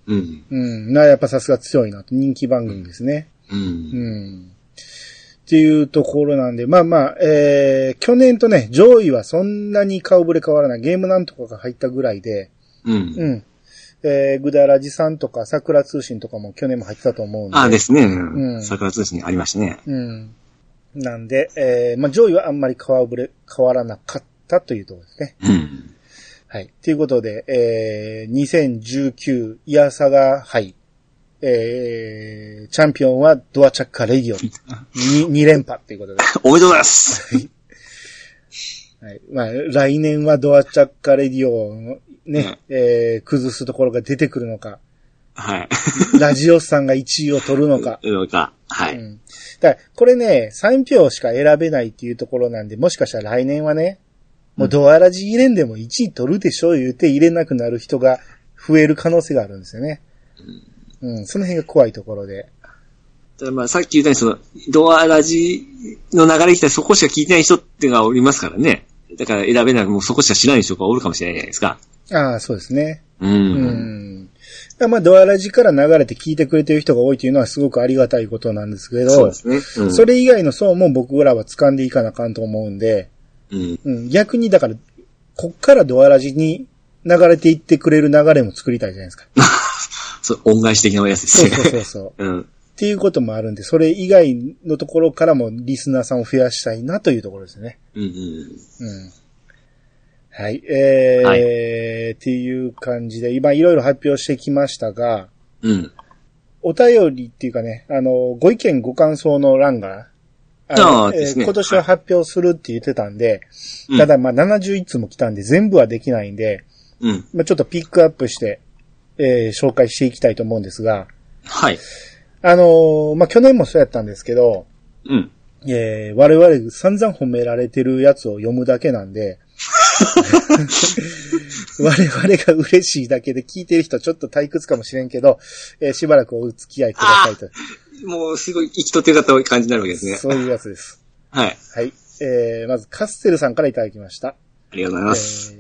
うん。 うん。やっぱさすが強いなと。人気番組ですね。 うん。 うん。っていうところなんで、まあまあ、去年とね、上位はそんなに顔ぶれ変わらない。ゲームなんとかが入ったぐらいで、 うん。 うん。ぐだらじさんとか桜通信とかも去年も入ってたと思うんで。 あですね。 うん。 桜通信ありましたね。 うん。なんで、まあ上位はあんまり顔ぶれ変わらなかったというところですね。 うん。 はい。ということで、2019イヤサガ杯、チャンピオンはドアチャッカレディオ2連覇ということで。 おめでとうございます。 はい。まあ、来年はドアチャッカレディオをね、崩すところが出てくるのか。 はい。 ラジオスさんが1位を取るのか。 はい。 うん。だから、これね、3票しか選べないっていうところなんで、もしかしたら来年はね、もうドアラジ入れんでも1位取るでしょ言うて入れなくなる人が増える可能性があるんですよね。うん、その辺が怖いところで。 まあさっき言ったようにドアラジの流れ来たらそこしか聞いてない人っていうのがおりますからね。だから選べない、もうそこしか知らない人がおるかもしれないじゃないですか。 ああ、そうですね。まあドアラジから流れて聞いてくれてる人が多いというのはすごくありがたいことなんですけど、 そうですね。 それ以外の層も僕らは掴んでいかなあかんと思うんで、逆にだから、こっからドアラジに流れていってくれる流れも作りたいじゃないですか。 そう、恩返し的なやつですね。そう。っていうこともあるんで、それ以外のところからもリスナーさんを増やしたいなというところですね。はい。っていう感じで、今いろいろ発表してきましたが、お便りっていうかね、ご意見ご感想の欄が、今年は発表するって言ってたんで、ただまあ71通も来たんで全部はできないんで、まあちょっとピックアップして、紹介していきたいと思うんですが、 はい。 まあ去年もそうやったんですけど、我々散々褒められてるやつを読むだけなんで、我々が嬉しいだけで聞いてる人はちょっと退屈かもしれんけど、しばらくお付き合いくださいと。 もうすごい生きとってよかった感じになるわけですね。 そういうやつです。 はい。 はい。まずカッセルさんからいただきました。 ありがとうございます。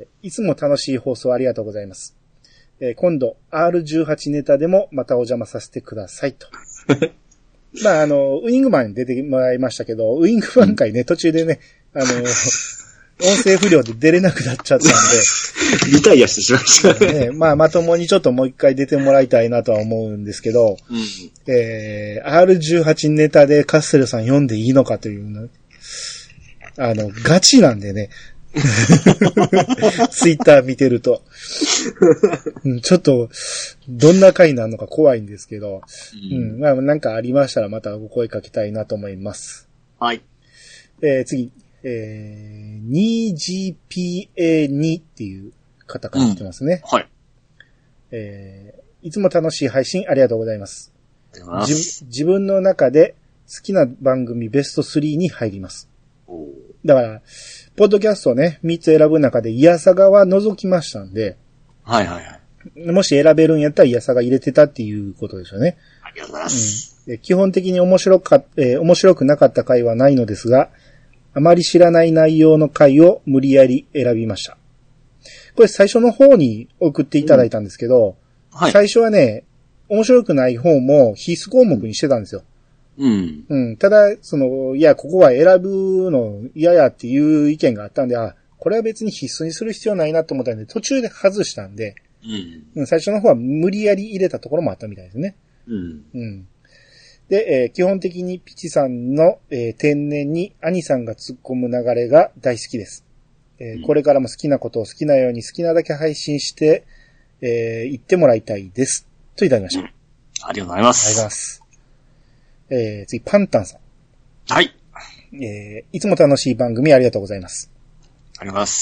いつも楽しい放送ありがとうございます。今度 R18 ネタでもまたお邪魔させてくださいと。まあウイングマンに出てもらいましたけど、ウイングマン会ね、途中でね、音声不良で出れなくなっちゃったんで。 リタイアしてしまいましたね。まあ、まともにちょっともう一回出てもらいたいなとは思うんですけど、R18 ネタでカッセルさん読んでいいのかというの、ガチなんでね。ツイッター見てると。ちょっと、どんな回になるのか怖いんですけど、まあ、なんかありましたらまたお声かけたいなと思います。 はい。 次。2GPA2 っていう方から来てますね。 はい。 いつも楽しい配信ありがとうございます。自分の中で好きな番組ベスト3に入ります。だから、ポッドキャストをね、3つ選ぶ中でイヤサガは除きましたんで、 はいはいはい。 もし選べるんやったらイヤサガ入れてたっていうことでしょうね。 ありがとうございます。 基本的に面白くなかった回はないのですが、あまり知らない内容の回を無理やり選びました。これ最初の方に送っていただいたんですけど、最初はね、面白くない方も必須項目にしてたんですよ。ただ、いや、ここは選ぶの嫌やっていう意見があったんで、これは別に必須にする必要ないなと思ったんで、途中で外したんで、最初の方は無理やり入れたところもあったみたいですね。で、基本的にピチさんの、天然に兄さんが突っ込む流れが大好きです。これからも好きなことを好きなように好きなだけ配信して、言ってもらいたいです。といただきました。 ありがとうございます。 ありがとうございます。次、パンタンさん。 はい。 いつも楽しい番組ありがとうございます。 ありがとうございます。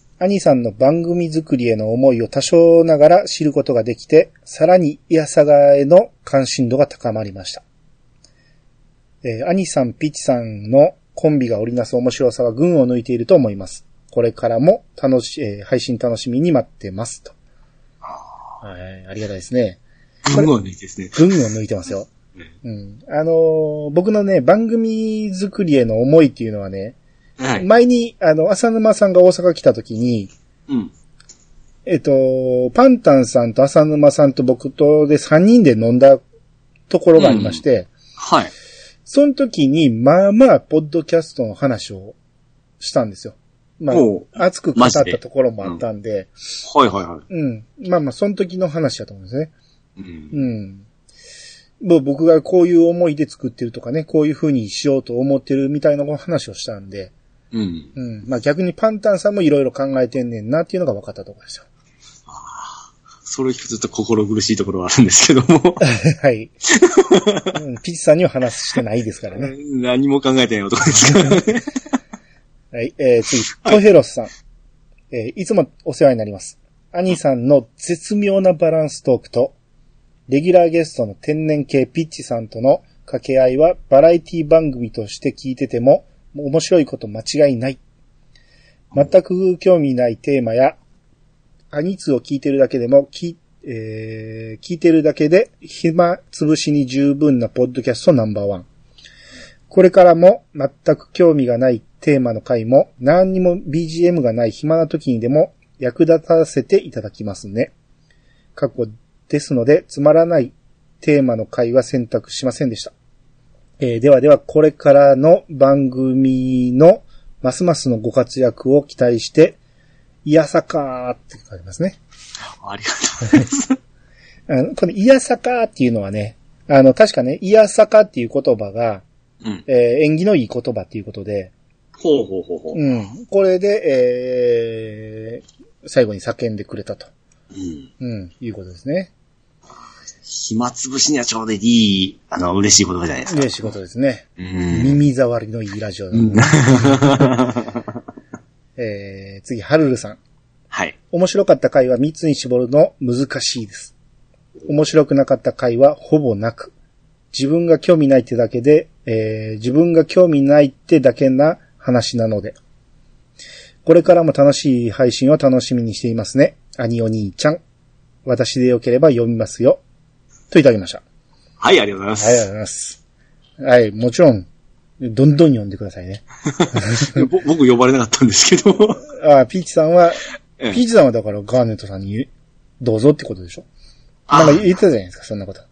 兄さんの番組作りへの思いを多少ながら知ることができて、さらにイヤサガへの関心度が高まりました。兄さん、ピチさんのコンビが織りなす面白さは群を抜いていると思います。これからも配信楽しみに待ってます。と。はい、ありがたいですね。 群を抜いてですね。 群を抜いてますよ。僕のね、番組作りへの思いっていうのはね、前に、浅沼さんが大阪来た時に、 パンタンさんと浅沼さんと僕とで3人で飲んだところがありまして、 はい。 その時に、まあまあ、ポッドキャストの話をしたんですよ。まあ、熱く語ったところもあったんで。 はいはいはい。 うん。まあまあ、その時の話だと思うんですね。もう僕がこういう思いで作ってるとかね、こういう風にしようと思ってるみたいな話をしたんで。まあ逆にパンタンさんもいろいろ考えてんねんなっていうのが分かったところですよ。 それを聞くとちょっと心苦しいところはあるんですけども。 はい。ピチさんには話してないですからね。 何も考えてない男ですからね。 はい、次、トヘロスさん。いつもお世話になります。兄さんの絶妙なバランストークと、レギュラーゲストの天然系ピッチさんとの掛け合いはバラエティ番組として聞いてても面白いこと間違いない。全く興味ないテーマや、兄通を聞いてるだけでも聞いてるだけで暇つぶしに十分なポッドキャストナンバーワン。これからも全く興味がないテーマの回も何にも BGM がない暇な時にでも役立たせていただきますね。過去ですのでつまらないテーマの回は選択しませんでした。ではではこれからの番組のますますのご活躍を期待して、いやさかーって書いてますね。 ありがとうございます。 このいやさかーっていうのはね、確かね、いやさかっていう言葉が、縁起のいい言葉っていうことで、 ほう。 これで、最後に叫んでくれたと。いうことですね。 暇つぶしにはちょうどいい、嬉しい言葉じゃないですか。 嬉しいことですね。耳障りのいいラジオだ、次、はるるさん。 はい。 面白かった回は3つに絞るの難しいです。面白くなかった回はほぼなく、自分が興味ないってだけで、自分が興味ないってだけな話なので、これからも楽しい配信を楽しみにしていますね。兄お兄ちゃん。私でよければ読みますよ。といただきました。 はい、ありがとうございます。 はい、ありがとうございます。はい、もちろん、どんどん読んでくださいね。 僕呼ばれなかったんですけど。 ピーチさんはだからガーネットさんにどうぞってことでしょ。なんか言ってたじゃないですか、そんなこと。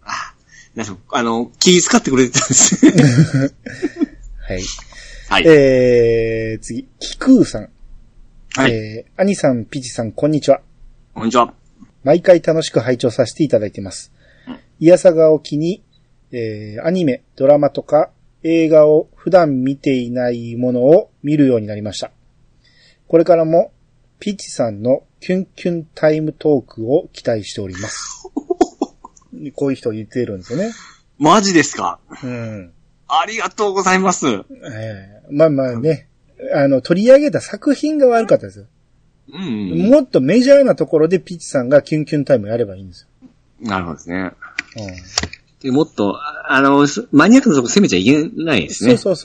気遣ってくれてたんですね。 はい。 はい。 次、キクーさん。はい。兄さん、ピーチさん、こんにちは。 こんにちは。 毎回楽しく拝聴させていただいています。いやさがを機に、アニメ、ドラマとか映画を普段見ていないものを見るようになりました。これからもピッチさんのキュンキュンタイムトークを期待しております。こういう人言ってるんですよね。 マジですか？ありがとうございます。 まあまあね、取り上げた作品が悪かったですよ。もっとメジャーなところでピッチさんがキュンキュンタイムやればいいんですよ。 なるほどですね。でもっと、マニアックなとこ攻めちゃいけないですね。 そう。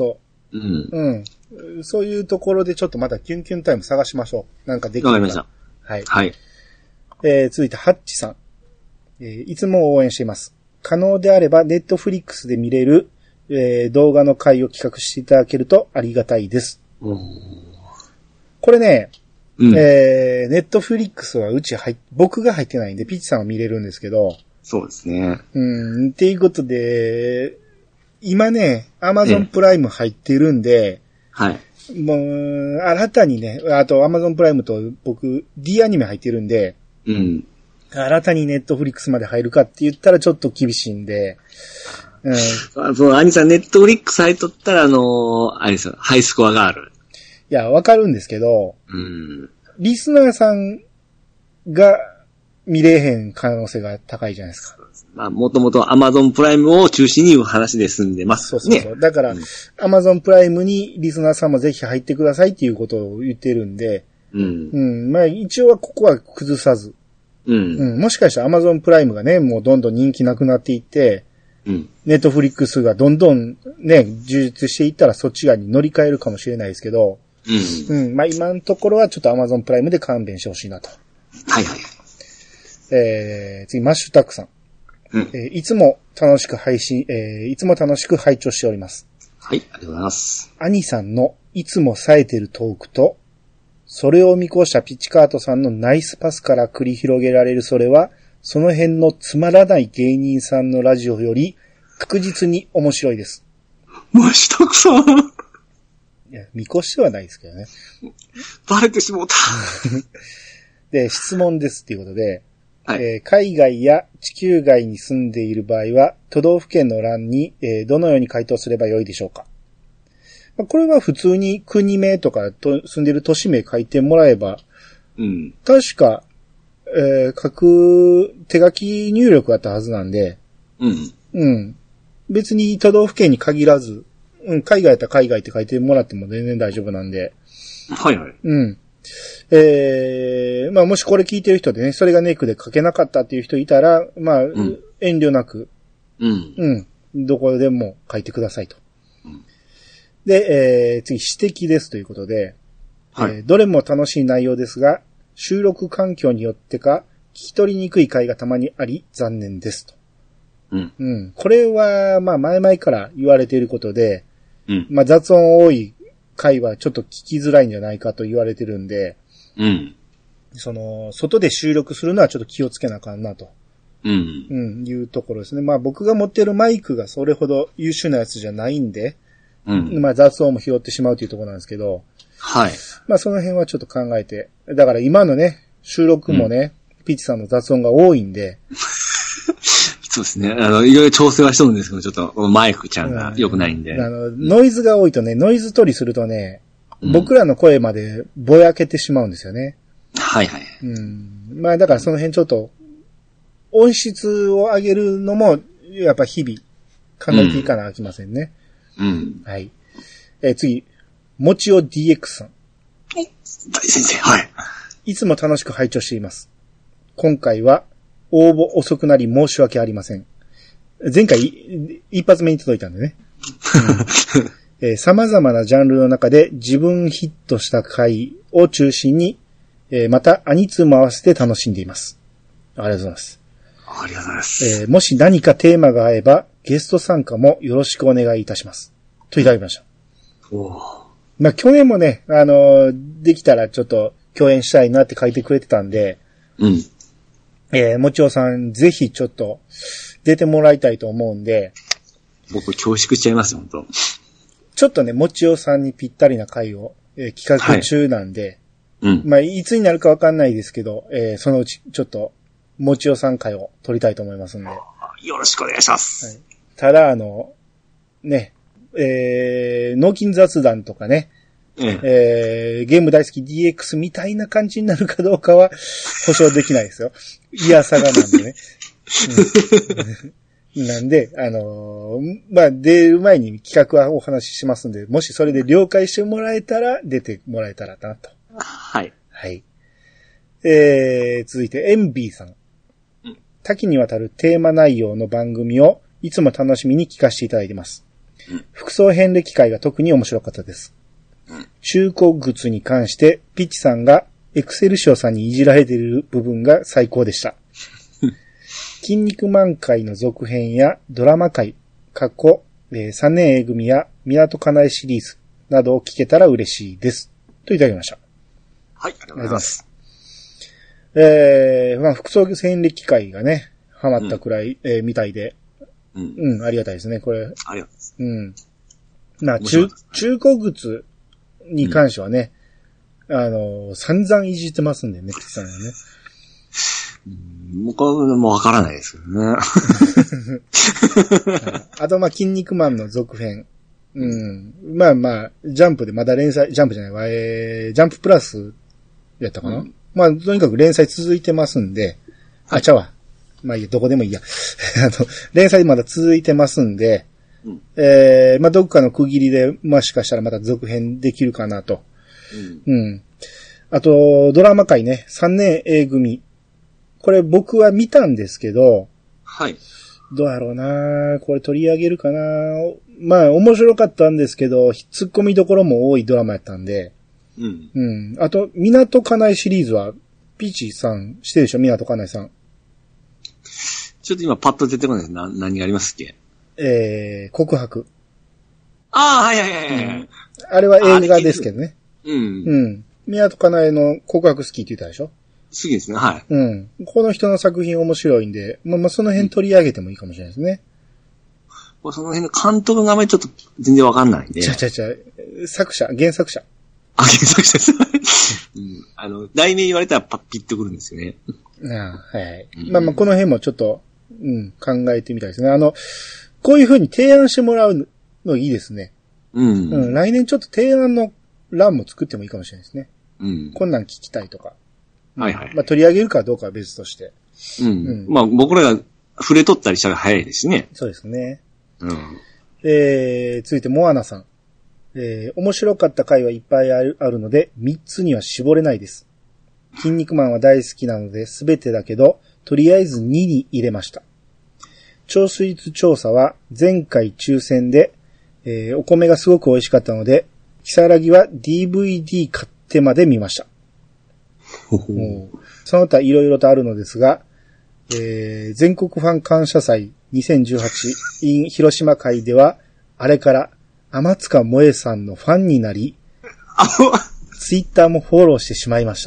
そういうところでちょっとまたキュンキュンタイム探しましょう。なんかできるか。 わかりました。 はい。 はい。 続いて、ハッチさん。いつも応援しています。可能であれば、ネットフリックスで見れる、動画の回を企画していただけるとありがたいです。これね、ネットフリックスは僕が入ってないんで、ピッチさんは見れるんですけど。 そうですね。 っていうことで、今ね、アマゾンプライム入ってるんで、 はい。 もう、新たにね、あとアマゾンプライムと僕、D アニメ入ってるんで、新たにネットフリックスまで入るかって言ったらちょっと厳しいんで、 兄さん、ネットフリックス入っとったら、あれですよ、ハイスコアがある。 いや、わかるんですけど、リスナーさんが見れへん可能性が高いじゃないですか。 まあ、もともと Amazon プライムを中心に言う話で済んでますね。 そう。だから、Amazon プライムにリスナーさんもぜひ入ってくださいっていうことを言ってるんで、まあ、一応はここは崩さず、もしかしたら Amazon プライムがね、もうどんどん人気なくなっていって、ネットフリックスがどんどんね、充実していったらそっち側に乗り換えるかもしれないですけど、まあ今のところはちょっと Amazon プライムで勘弁してほしいなと。 はいはい。 次、マッシュタックさん。いつも楽しく拝聴しております。 はい、ありがとうございます。 兄さんのいつも冴えてるトークと、 それを見越したピチカートさんのナイスパスから繰り広げられるそれは、その辺のつまらない芸人さんのラジオより確実に面白いです。 ましたくさん。 いや、見越してはないですけどね。 バレてしもうた。 で、質問ですっていうことで、 はい、 海外や地球外に住んでいる場合は、都道府県の欄に、どのように回答すればよいでしょうか。これは普通に国名とか住んでいる都市名書いてもらえば、 うん、 確か、手書き入力だったはずなんで、 うん。 うん。別に都道府県に限らず、うん、海外やったら海外って書いてもらっても全然大丈夫なんで。 はいはい。 うん。まあもしこれ聞いてる人でね、それがネックで書けなかったっていう人いたら、まあ、うん、遠慮なく、 うん。 うん。どこでも書いてくださいと。 うん、 で、次、指摘ですということで、はい、どれも楽しい内容ですが、収録環境によってか、聞き取りにくい回がたまにあり、残念ですと。 うん。 うん。これは、まあ前々から言われていることで、 うん。 まあ雑音多い回はちょっと聞きづらいんじゃないかと言われてるんで、 うん。 外で収録するのはちょっと気をつけなあかんなと。 うん。 うん、いうところですね。まあ僕が持ってるマイクがそれほど優秀なやつじゃないんで、うん。まあ雑音も拾ってしまうというところなんですけど、 はい。 まあその辺はちょっと考えて。だから今のね、収録もね、ピッチさんの雑音が多いんで。 そうですね。いろいろ調整はしとるんですけど、ちょっとマイクちゃんが良くないんで。 ノイズが多いとね、ノイズ取りするとね、僕らの声までぼやけてしまうんですよね。 はいはい。 うん。まあだからその辺ちょっと、音質を上げるのも、やっぱ日々考えていかなあきませんね。 うん。 はい。次、もちお DX さん。 大先生、はい。 いつも楽しく拝聴しています。今回は応募遅くなり申し訳ありません。前回一発目に届いたんでね。様々なジャンルの中で自分ヒットした回を中心に、またアニツーも合わせて楽しんでいます。ありがとうございます。 ありがとうございます。 もし何かテーマが合えばゲスト参加もよろしくお願いいたします。といただきました。まあ去年もね、できたらちょっと共演したいなって書いてくれてたんで、 うん。 もちおさんぜひちょっと出てもらいたいと思うんで、 僕恐縮しちゃいますよ、本当。 ちょっとね、もちおさんにぴったりな回を、企画中なんで、 はい、うん。 まあいつになるかわかんないですけど、そのうちちょっともちおさん回を撮りたいと思いますんで、 よろしくお願いします。 はい、ただね、脳筋雑談とかね、ゲーム大好き DX みたいな感じになるかどうかは保証できないですよ。いやさがなんでね。うん、なんで、まあ、出る前に企画はお話ししますんで、もしそれで了解してもらえたら、出てもらえたらなと。 はい。 はい。続いて、エンビーさん。多岐にわたるテーマ内容の番組をいつも楽しみに聞かせていただいています。服装遍歴会が特に面白かったです。中古靴に関してピッチさんがエクセルシオさんにいじられている部分が最高でした。筋肉マン会の続編やドラマ会、3年 A 組や港かなえシリーズなどを聞けたら嬉しいです。といただきました。 はい、ありがとうございます。 まあ、服装遍歴会がね、ハマったくらい、みたいで、うん、ありがたいですね、これ。 ありがとうございます。 うん。まあ、中古靴に関してはね、散々いじってますんでね、ピッチさんはね。 僕はもうわからないですけどね。 あと、まあ、筋肉マンの続編。うん。まあまあ、ジャンプでまだ連載、ジャンプじゃないわ、ジャンププラスやったかな、まあ、とにかく連載続いてますんで、 はい、 ちゃうわ。まあいいや、どこでもいいや。連載まだ続いてますんで、まあどっかの区切りで、もしかしたらまた続編できるかなと。あと、ドラマ界ね、3年 A 組。これ僕は見たんですけど、 はい。 どうやろうな、これ取り上げるかな。まあ面白かったんですけど、突っ込みどころも多いドラマやったんで、あと、港かなえシリーズは、ピーチさんしてるでしょ、港かなえさん。 ちょっと今パッと出てこないです。何がありますっけ？ 告白。 ああ、はいはいはいはい。 あれは映画ですけどね。 宮戸かなえの告白好きって言ったでしょ？好きですね、はい。 うん。この人の作品面白いんで、まあその辺取り上げてもいいかもしれないですね。 その辺の監督の名前ちょっと全然わかんないんで。 原作者。 原作者です。うん。題名言われたらパッピッとくるんですよね。 はい。まあこの辺もちょっと、考えてみたいですね。こういう風に提案してもらうのいいですね。来年ちょっと提案の欄も作ってもいいかもしれないですね。こんなん聞きたいとか。 はいはい。 まあ取り上げるかどうかは別として。 まあ僕らが触れとったりしたら早いですね。 そうですね。続いてモアナさん。面白かった回はいっぱいあるので、3つには絞れないです。筋肉マンは大好きなので全てだけど、とりあえず2に入れました。聴取率調査は前回抽選で、お米がすごく美味しかったので、キサラギは DVD 買ってまで見ました。その他いろいろとあるのですが、全国ファン感謝祭2018 in 広島会では、あれから天塚萌さんのファンになり、ツイッターもフォローしてしまいました。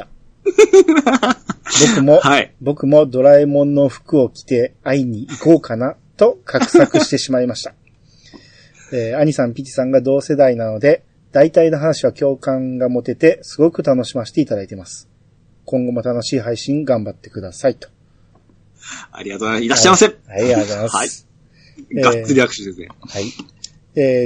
僕もドラえもんの服を着て会いに行こうかなと画策してしまいました。兄さん、ピチさんが同世代なので、大体の話は共感が持てて、すごく楽しませていただいています。今後も楽しい配信頑張ってくださいと。 ありがとうございます。いらっしゃいませ。 はい、ありがとうございます。 はい。がっつり握手ですね。 はい。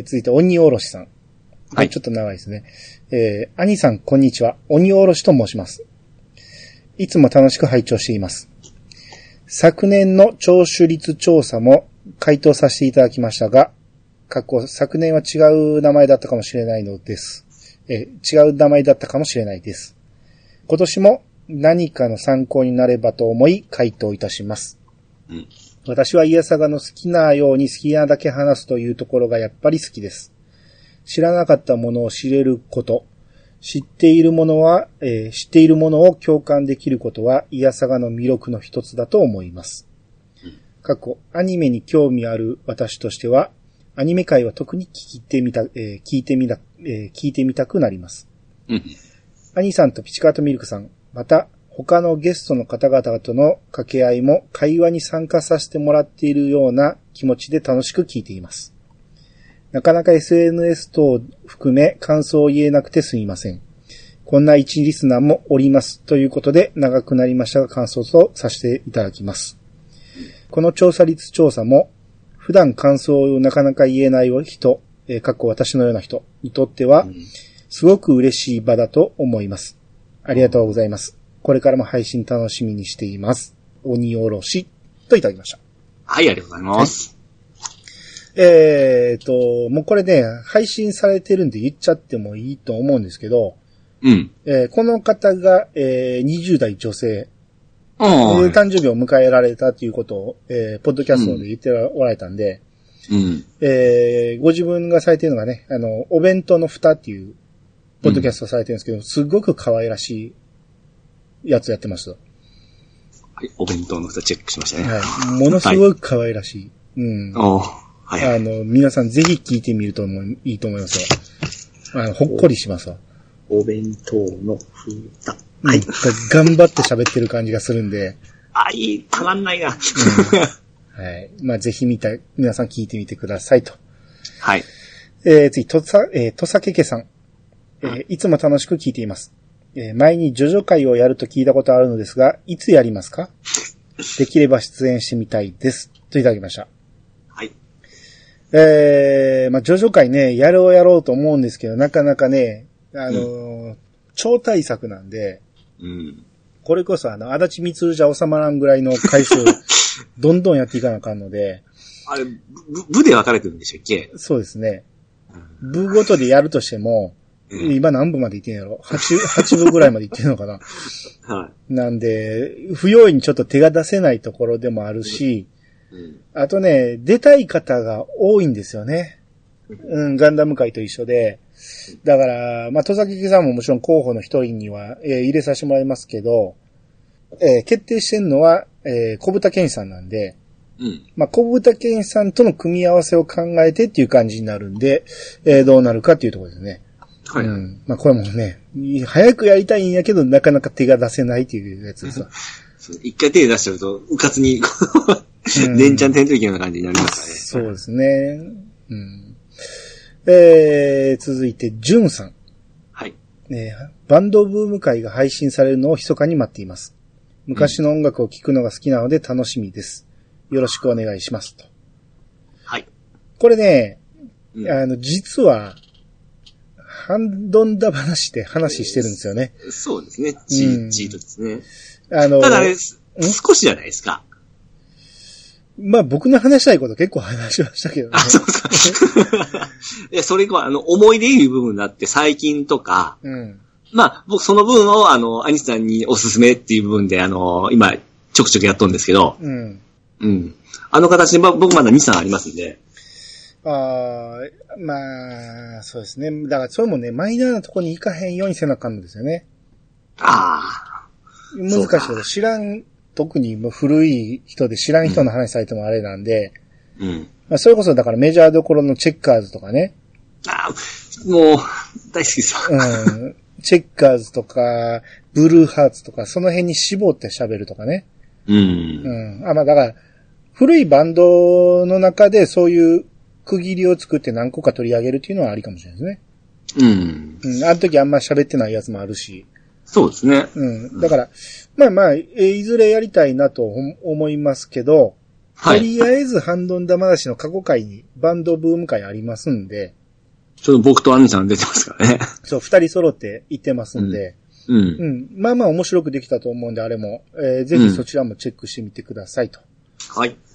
続いて、鬼おろしさん。はい。ちょっと長いですね。兄さん、こんにちは。鬼おろしと申します。いつも楽しく拝聴しています。昨年の聴取率調査も回答させていただきましたが、昨年は違う名前だったかもしれないのです。違う名前だったかもしれないです。今年も何かの参考になればと思い回答いたします。私はイヤサガの好きなように好きなだけ話すというところがやっぱり好きです。知らなかったものを知れること、知っているものを共感できることはイヤサガの魅力の一つだと思います。アニメに興味ある私としては、アニメ界は特に聞いてみたくなります。アニさんとピチカートミルクさん、また他のゲストの方々との掛け合いも会話に参加させてもらっているような気持ちで楽しく聞いています。なかなか SNS 等を含め感想を言えなくてすみません。こんな一リスナーもおりますということで長くなりましたが感想とさせていただきます。この調査率調査も普段感想をなかなか言えない人、私のような人にとってはすごく嬉しい場だと思います。ありがとうございます。これからも配信楽しみにしています。鬼おろしといただきました。 はい、ありがとうございます。 もうこれね、配信されてるんで言っちゃってもいいと思うんですけど、この方が、20代女性、誕生日を迎えられたということを、ポッドキャストで言っておられたんで、ご自分がされているのがね、お弁当の蓋っていう、ポッドキャストされてるんですけど、すごく可愛らしいやつやってます。はい、 お弁当の蓋チェックしましたね。 はい。ものすごく可愛らしい。はい。皆さんぜひ聞いてみるといいと思いますよ。ほっこりしますわ。 お弁当の蓋。はい。 頑張って喋ってる感じがするんで。 たまんないな。はい 。まあ、ぜひ皆さん聞いてみてくださいと。 はい。 次、とさけけさん。いつも楽しく聞いています。前にジョジョ会をやると聞いたことあるのですが、いつやりますか？できれば出演してみたいです。といただきました。 はい。 まあ、ジョジョ会ね、やろうと思うんですけど、なかなかね、超大作なんで、これこそ足立みつるじゃ収まらんぐらいの回数、どんどんやっていかなあかんので。 あれ、部で分かれてるんでしたっけ？ そうですね。部ごとでやるとしても、今何部まで行ってんやろ 8部ぐらいまで行ってんのかなはい。なんで、不用意にちょっと手が出せないところでもあるし、あとね、出たい方が多いんですよね。ガンダム界と一緒で。だから、まあ、戸崎さんももちろん候補の一人には、入れさせてもらいますけど、決定してんのは、小豚健さんなんで、まあ、小豚健さんとの組み合わせを考えてっていう感じになるんで、どうなるかっていうところですね。はい。まあ、これもね、 早くやりたいんやけど、なかなか手が出せないっていうやつですわ。 一回手出しちゃうと、うかつに、連チャン点取りような感じになりますからね。 そうですね。うん。続いて、ジュンさん。 はい。 バンドブーム会が配信されるのを密かに待っています。昔の音楽を聴くのが好きなので楽しみです。よろしくお願いしますと。 はい。 これね、実は、ハンドンダ話で話してるんですよね。 そうですね。チートですね。ただね、少しじゃないですか。 まあ僕の話したいこと結構話しましたけどね。 あ、そうか。いや、それが思い出いう部分だって最近とか、まあ僕その分をアニさんにおすすめっていう部分で今ちょくちょくやっとるんですけど、形で僕まだ2、3ありますんで。 まあ、そうですね。だからそれもね、マイナーなとこに行かへんようにせなあかんのですよね。難しいけど、特にもう古い人で知らん人の話されてもあれなんで、まあ、それこそだからメジャーどころのチェッカーズとかね。 もう、大好きですよ。 チェッカーズとか、ブルーハーツとか、その辺に絞って喋るとかね。まあだから、古いバンドの中でそういう区切りを作って何個か取り上げるっていうのはありかもしれないですね。あの時あんま喋ってないやつもあるし。 そうですね。 だから、まあ、いずれやりたいなと思いますけど、とりあえずハンドンダ話の過去回にバンドブーム会ありますんで。 ちょっと僕とアンニさん出てますからね。 そう、二人揃って行ってますんで。まあまあ面白くできたと思うんで、あれも、ぜひそちらもチェックしてみてくださいと。 はい。